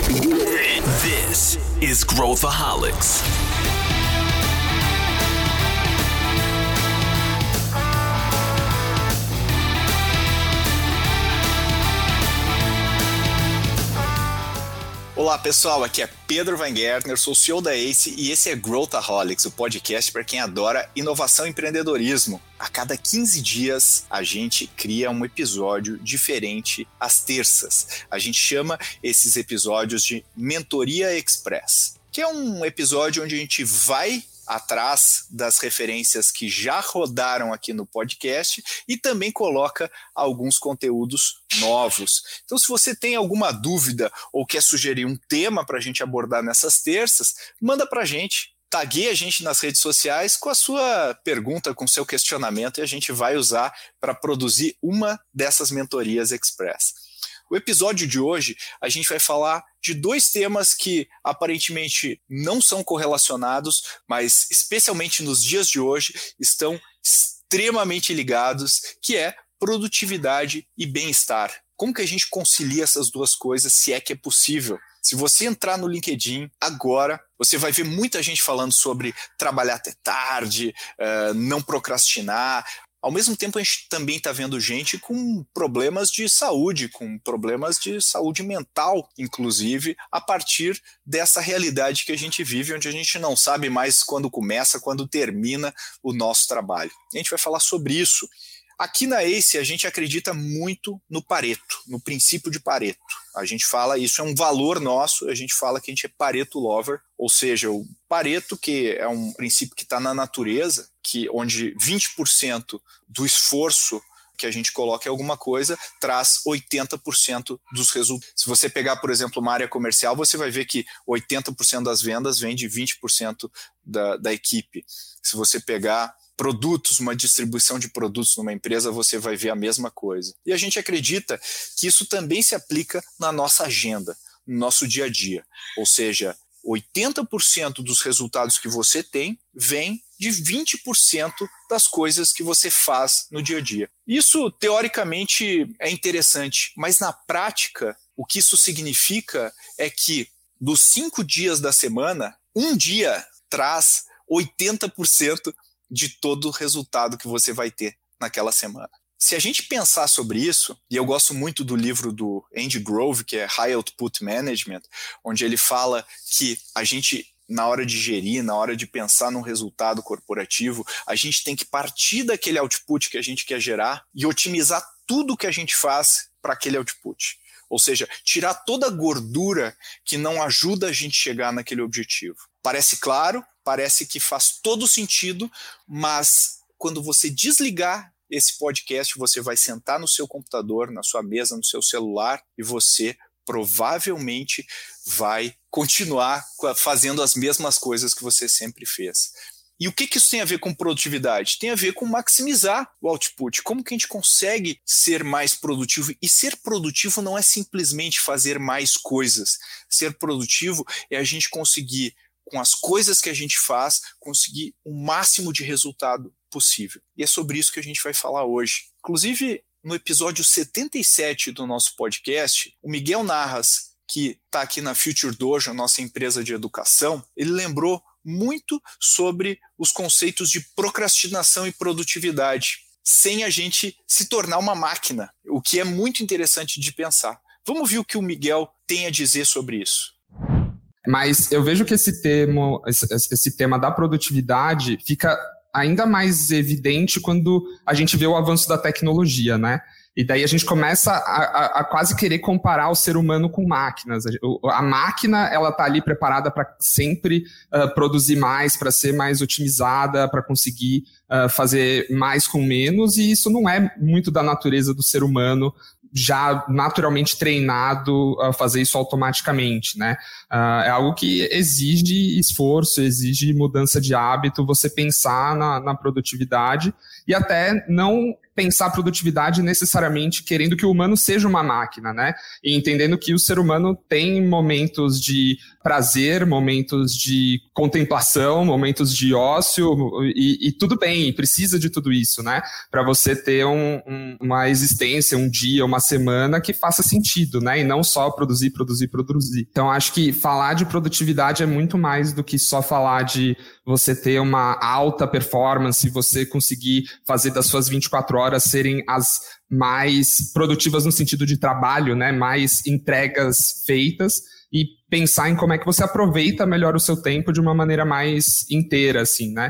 This is Growthaholics. Olá pessoal, aqui é Pedro Weingärtner, sou o CEO da ACE e esse é Growthaholics, o podcast para quem adora inovação e empreendedorismo. A cada 15 dias a gente cria um episódio diferente às terças. A gente chama esses episódios de Mentoria Express, que é um episódio onde a gente vai atrás das referências que já rodaram aqui no podcast e também coloca alguns conteúdos novos. Então, se você tem alguma dúvida ou quer sugerir um tema para a gente abordar nessas terças, manda para a gente. Tague a gente nas redes sociais com a sua pergunta, com o seu questionamento, e a gente vai usar para produzir uma dessas mentorias express. O episódio de hoje, a gente vai falar de dois temas que aparentemente não são correlacionados, mas especialmente nos dias de hoje estão extremamente ligados, que é produtividade e bem-estar. Como que a gente concilia essas duas coisas, se é que é possível? Se você entrar no LinkedIn agora, você vai ver muita gente falando sobre trabalhar até tarde, não procrastinar. Ao mesmo tempo, a gente também está vendo gente com problemas de saúde, com problemas de saúde mental, inclusive, a partir dessa realidade que a gente vive, onde a gente não sabe mais quando começa, quando termina o nosso trabalho. A gente vai falar sobre isso. Aqui na ACE, a gente acredita muito no Pareto, no princípio de Pareto. A gente fala, isso é um valor nosso, a gente fala que a gente é Pareto Lover, ou seja, o Pareto, que é um princípio que está na natureza, onde 20% do esforço que a gente coloca em alguma coisa traz 80% dos resultados. Se você pegar, por exemplo, uma área comercial, você vai ver que 80% das vendas vem de 20% da equipe. Se você pegar produtos, uma distribuição de produtos numa empresa, você vai ver a mesma coisa. E a gente acredita que isso também se aplica na nossa agenda, no nosso dia a dia. Ou seja, 80% dos resultados que você tem vem de 20% das coisas que você faz no dia a dia. Isso, teoricamente, é interessante, mas na prática, o que isso significa é que dos 5 dias da semana, um dia traz 80% de todo o resultado que você vai ter naquela semana. Se a gente pensar sobre isso, e eu gosto muito do livro do Andy Grove, que é High Output Management, onde ele fala que a gente, na hora de gerir, na hora de pensar num resultado corporativo, a gente tem que partir daquele output que a gente quer gerar e otimizar tudo que a gente faz para aquele output. Ou seja, tirar toda a gordura que não ajuda a gente a chegar naquele objetivo. Parece claro, parece que faz todo sentido, mas quando você desligar esse podcast, você vai sentar no seu computador, na sua mesa, no seu celular, e você provavelmente vai continuar fazendo as mesmas coisas que você sempre fez. E o que isso tem a ver com produtividade? Tem a ver com maximizar o output. Como que a gente consegue ser mais produtivo? E ser produtivo não é simplesmente fazer mais coisas. Ser produtivo é a gente conseguir, com as coisas que a gente faz, conseguir o máximo de resultado possível. E é sobre isso que a gente vai falar hoje. Inclusive, no episódio 77 do nosso podcast, o Miguel Narras, que está aqui na Future Dojo, nossa empresa de educação, ele lembrou muito sobre os conceitos de procrastinação e produtividade, sem a gente se tornar uma máquina, o que é muito interessante de pensar. Vamos ver o que o Miguel tem a dizer sobre isso. Mas eu vejo que esse tema da produtividade fica ainda mais evidente quando a gente vê o avanço da tecnologia, né? E daí a gente começa a quase querer comparar o ser humano com máquinas. A máquina, ela está ali preparada para sempre produzir mais, para ser mais otimizada, para conseguir fazer mais com menos, e isso não é muito da natureza do ser humano, já naturalmente treinado a fazer isso automaticamente, né? É algo que exige esforço, exige mudança de hábito, você pensar na produtividade e até não pensar a produtividade necessariamente querendo que o humano seja uma máquina, né? E entendendo que o ser humano tem momentos de prazer, momentos de contemplação, momentos de ócio, e tudo bem, precisa de tudo isso, né? Para você ter uma existência, um dia, uma semana que faça sentido, né? E não só produzir. Então, acho que falar de produtividade é muito mais do que só falar de você ter uma alta performance, você conseguir fazer das suas 24 horas serem as mais produtivas no sentido de trabalho, né? Mais entregas feitas, e pensar em como é que você aproveita melhor o seu tempo de uma maneira mais inteira, assim, né?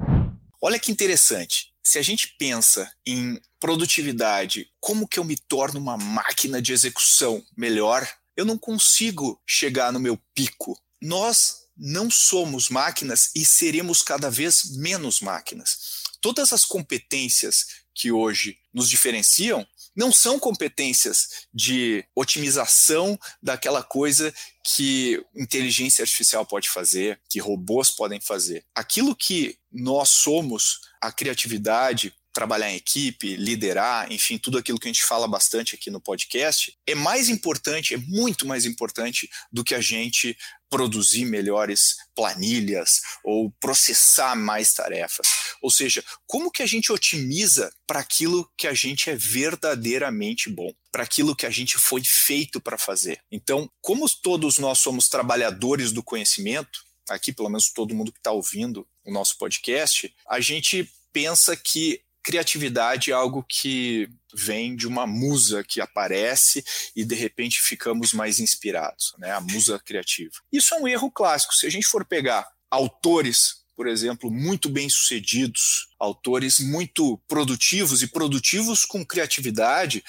Olha que interessante. Se a gente pensa em produtividade, como que eu me torno uma máquina de execução melhor, eu não consigo chegar no meu pico. Nós não somos máquinas e seremos cada vez menos máquinas. Todas as competências que hoje nos diferenciam não são competências de otimização daquela coisa que inteligência artificial pode fazer, que robôs podem fazer. Aquilo que nós somos, a criatividade, trabalhar em equipe, liderar, enfim, tudo aquilo que a gente fala bastante aqui no podcast, é mais importante, é muito mais importante do que a gente produzir melhores planilhas ou processar mais tarefas. Ou seja, como que a gente otimiza para aquilo que a gente é verdadeiramente bom, para aquilo que a gente foi feito para fazer. Então, como todos nós somos trabalhadores do conhecimento, aqui pelo menos todo mundo que está ouvindo o nosso podcast, a gente pensa que criatividade é algo que vem de uma musa que aparece e de repente ficamos mais inspirados, né? A musa criativa. Isso é um erro clássico. Se a gente for pegar autores, por exemplo, muito bem-sucedidos, autores muito produtivos e produtivos com criatividade,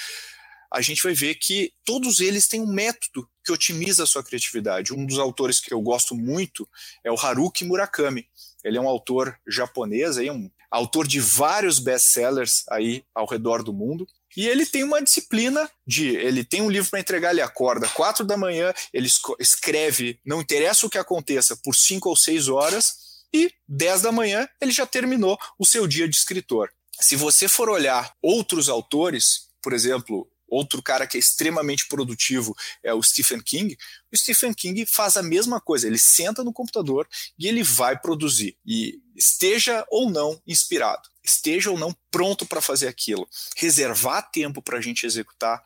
a gente vai ver que todos eles têm um método que otimiza a sua criatividade. Um dos autores que eu gosto muito é o Haruki Murakami. Ele é um autor japonês, aí, um autor de vários best-sellers aí ao redor do mundo. E ele tem uma disciplina ele tem um livro para entregar, ele acorda 4 da manhã, ele escreve, não interessa o que aconteça, por 5 ou 6 horas, e 10 da manhã ele já terminou o seu dia de escritor. Se você for olhar outros autores, por exemplo, outro cara que é extremamente produtivo é o Stephen King. O Stephen King faz a mesma coisa, ele senta no computador e ele vai produzir. E esteja ou não inspirado, esteja ou não pronto para fazer aquilo. Reservar tempo para a gente executar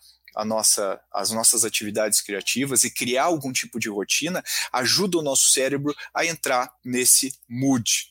as nossas atividades criativas e criar algum tipo de rotina ajuda o nosso cérebro a entrar nesse mood.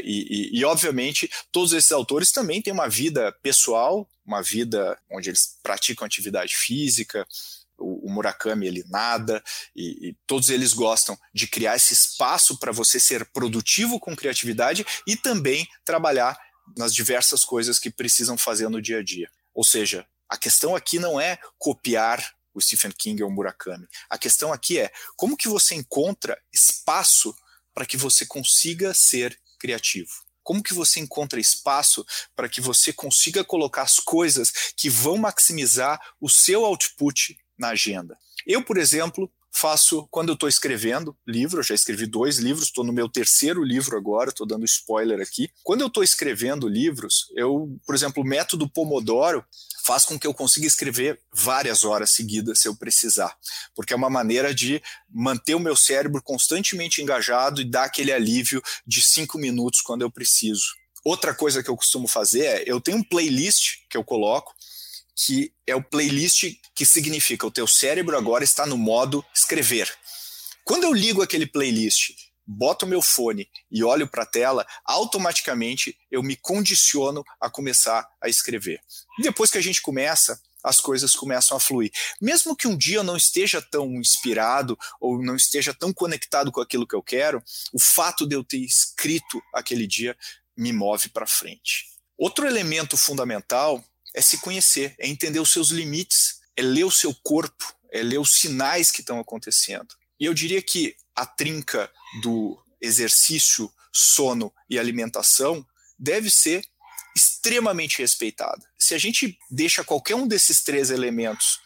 E obviamente, todos esses autores também têm uma vida pessoal, uma vida onde eles praticam atividade física. O Murakami, ele nada, e todos eles gostam de criar esse espaço para você ser produtivo com criatividade e também trabalhar nas diversas coisas que precisam fazer no dia a dia. Ou seja, a questão aqui não é copiar o Stephen King ou o Murakami. A questão aqui é como que você encontra espaço para que você consiga ser criativo. Como que você encontra espaço para que você consiga colocar as coisas que vão maximizar o seu output na agenda. Eu, por exemplo, faço, quando eu estou escrevendo livro, eu já escrevi 2 livros, estou no meu 3º livro agora, estou dando spoiler aqui. Quando eu estou escrevendo livros, por exemplo, o método Pomodoro faz com que eu consiga escrever várias horas seguidas se eu precisar, porque é uma maneira de manter o meu cérebro constantemente engajado e dar aquele alívio de 5 minutos quando eu preciso. Outra coisa que eu costumo fazer é, eu tenho um playlist que eu coloco, que é o playlist que significa o teu cérebro agora está no modo escrever. Quando eu ligo aquele playlist, boto o meu fone e olho para a tela, automaticamente eu me condiciono a começar a escrever. E depois que a gente começa, as coisas começam a fluir. Mesmo que um dia eu não esteja tão inspirado ou não esteja tão conectado com aquilo que eu quero, o fato de eu ter escrito aquele dia me move para frente. Outro elemento fundamental é se conhecer, é entender os seus limites, é ler o seu corpo, é ler os sinais que estão acontecendo. E eu diria que a trinca do exercício, sono e alimentação deve ser extremamente respeitada. Se a gente deixa qualquer um desses 3 elementos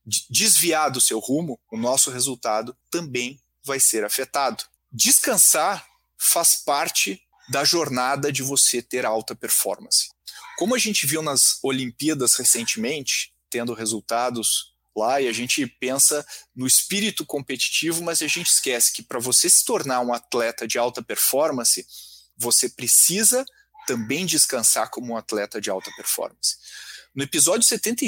desviar do seu rumo, o nosso resultado também vai ser afetado. Descansar faz parte da jornada de você ter alta performance. Como a gente viu nas Olimpíadas recentemente, tendo resultados lá, e a gente pensa no espírito competitivo, mas a gente esquece que para você se tornar um atleta de alta performance, você precisa também descansar como um atleta de alta performance. No episódio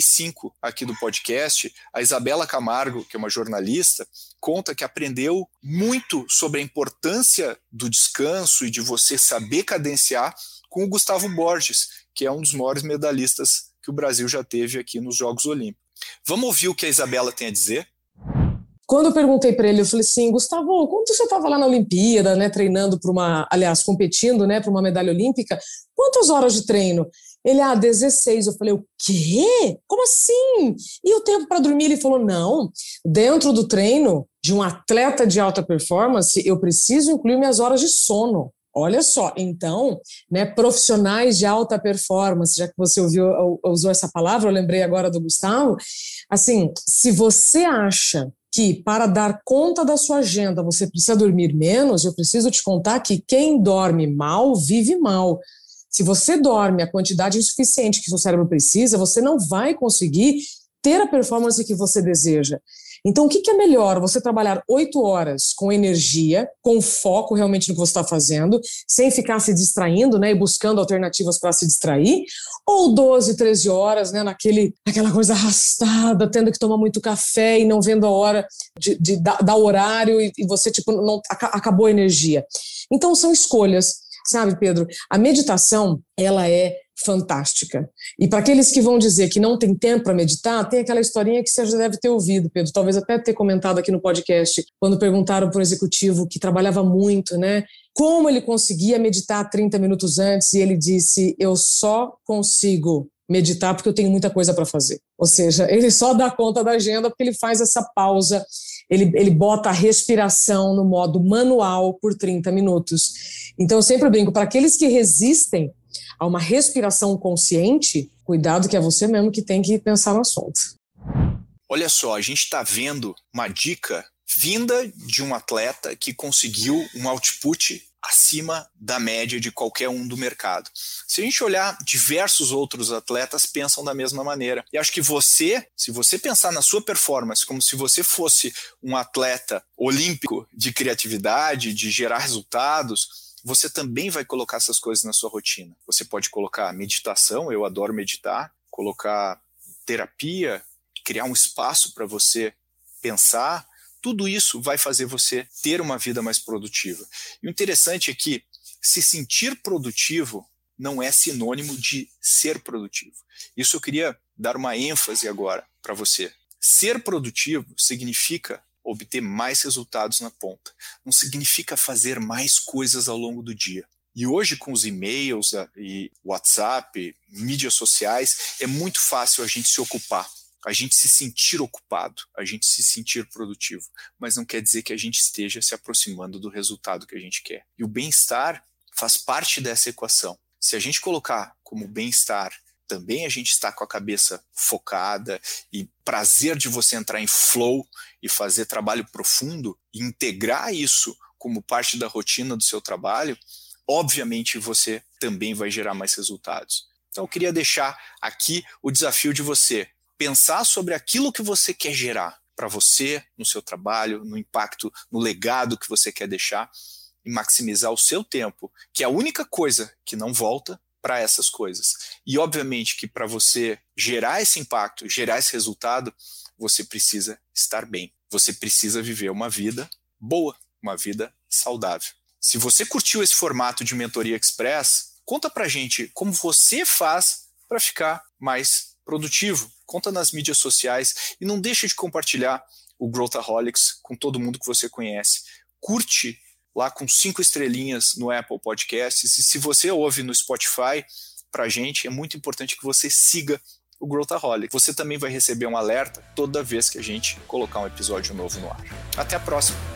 75 aqui do podcast, a Isabela Camargo, que é uma jornalista, conta que aprendeu muito sobre a importância do descanso e de você saber cadenciar com o Gustavo Borges, que é um dos maiores medalhistas que o Brasil já teve aqui nos Jogos Olímpicos. Vamos ouvir o que a Isabela tem a dizer? Quando eu perguntei para ele, eu falei assim, Gustavo, quando você estava lá na Olimpíada, né, treinando competindo, né, para uma medalha olímpica, quantas horas de treino? Ele, 16. Eu falei, o quê? Como assim? E o tempo para dormir? Ele falou, não, dentro do treino de um atleta de alta performance, eu preciso incluir minhas horas de sono. Olha só, então, né, profissionais de alta performance, já que você usou essa palavra, eu lembrei agora do Gustavo, assim, se você acha que para dar conta da sua agenda você precisa dormir menos, eu preciso te contar que quem dorme mal, vive mal. Se você dorme a quantidade insuficiente que seu cérebro precisa, você não vai conseguir ter a performance que você deseja. Então, o que é melhor? Você trabalhar 8 horas com energia, com foco realmente no que você está fazendo, sem ficar se distraindo, né, e buscando alternativas para se distrair, ou 12, 13 horas, né, naquela coisa arrastada, tendo que tomar muito café e não vendo a hora de dar horário e você, acabou a energia. Então, são escolhas, sabe, Pedro? A meditação, ela é fantástica. E para aqueles que vão dizer que não tem tempo para meditar, tem aquela historinha que você já deve ter ouvido, Pedro, talvez até ter comentado aqui no podcast, quando perguntaram para o executivo que trabalhava muito, né, como ele conseguia meditar 30 minutos antes, e ele disse, eu só consigo meditar porque eu tenho muita coisa para fazer. Ou seja, ele só dá conta da agenda porque ele faz essa pausa, ele bota a respiração no modo manual por 30 minutos. Então eu sempre brinco, para aqueles que resistem a uma respiração consciente, cuidado que é você mesmo que tem que pensar no assunto. Olha só, a gente está vendo uma dica vinda de um atleta que conseguiu um output acima da média de qualquer um do mercado. Se a gente olhar, diversos outros atletas pensam da mesma maneira. E acho que se você pensar na sua performance como se você fosse um atleta olímpico de criatividade, de gerar resultados, você também vai colocar essas coisas na sua rotina. Você pode colocar meditação, eu adoro meditar, colocar terapia, criar um espaço para você pensar. Tudo isso vai fazer você ter uma vida mais produtiva. E o interessante é que se sentir produtivo não é sinônimo de ser produtivo. Isso eu queria dar uma ênfase agora para você. Ser produtivo significa obter mais resultados na ponta. Não significa fazer mais coisas ao longo do dia. E hoje, com os e-mails e WhatsApp, mídias sociais, é muito fácil a gente se ocupar, a gente se sentir ocupado, a gente se sentir produtivo, mas não quer dizer que a gente esteja se aproximando do resultado que a gente quer. E o bem-estar faz parte dessa equação. Se a gente colocar como bem-estar também a gente está com a cabeça focada e prazer de você entrar em flow e fazer trabalho profundo e integrar isso como parte da rotina do seu trabalho, obviamente você também vai gerar mais resultados. Então eu queria deixar aqui o desafio de você pensar sobre aquilo que você quer gerar para você, no seu trabalho, no impacto, no legado que você quer deixar e maximizar o seu tempo, que é a única coisa que não volta para essas coisas. E obviamente que para você gerar esse impacto, gerar esse resultado, você precisa estar bem. Você precisa viver uma vida boa, uma vida saudável. Se você curtiu esse formato de Mentoria Express, conta pra gente como você faz para ficar mais produtivo. Conta nas mídias sociais e não deixe de compartilhar o Growthaholics com todo mundo que você conhece. Curte lá com 5 estrelinhas no Apple Podcasts. E se você ouve no Spotify, pra gente é muito importante que você siga o Growthaholics. Você também vai receber um alerta toda vez que a gente colocar um episódio novo no ar. Até a próxima!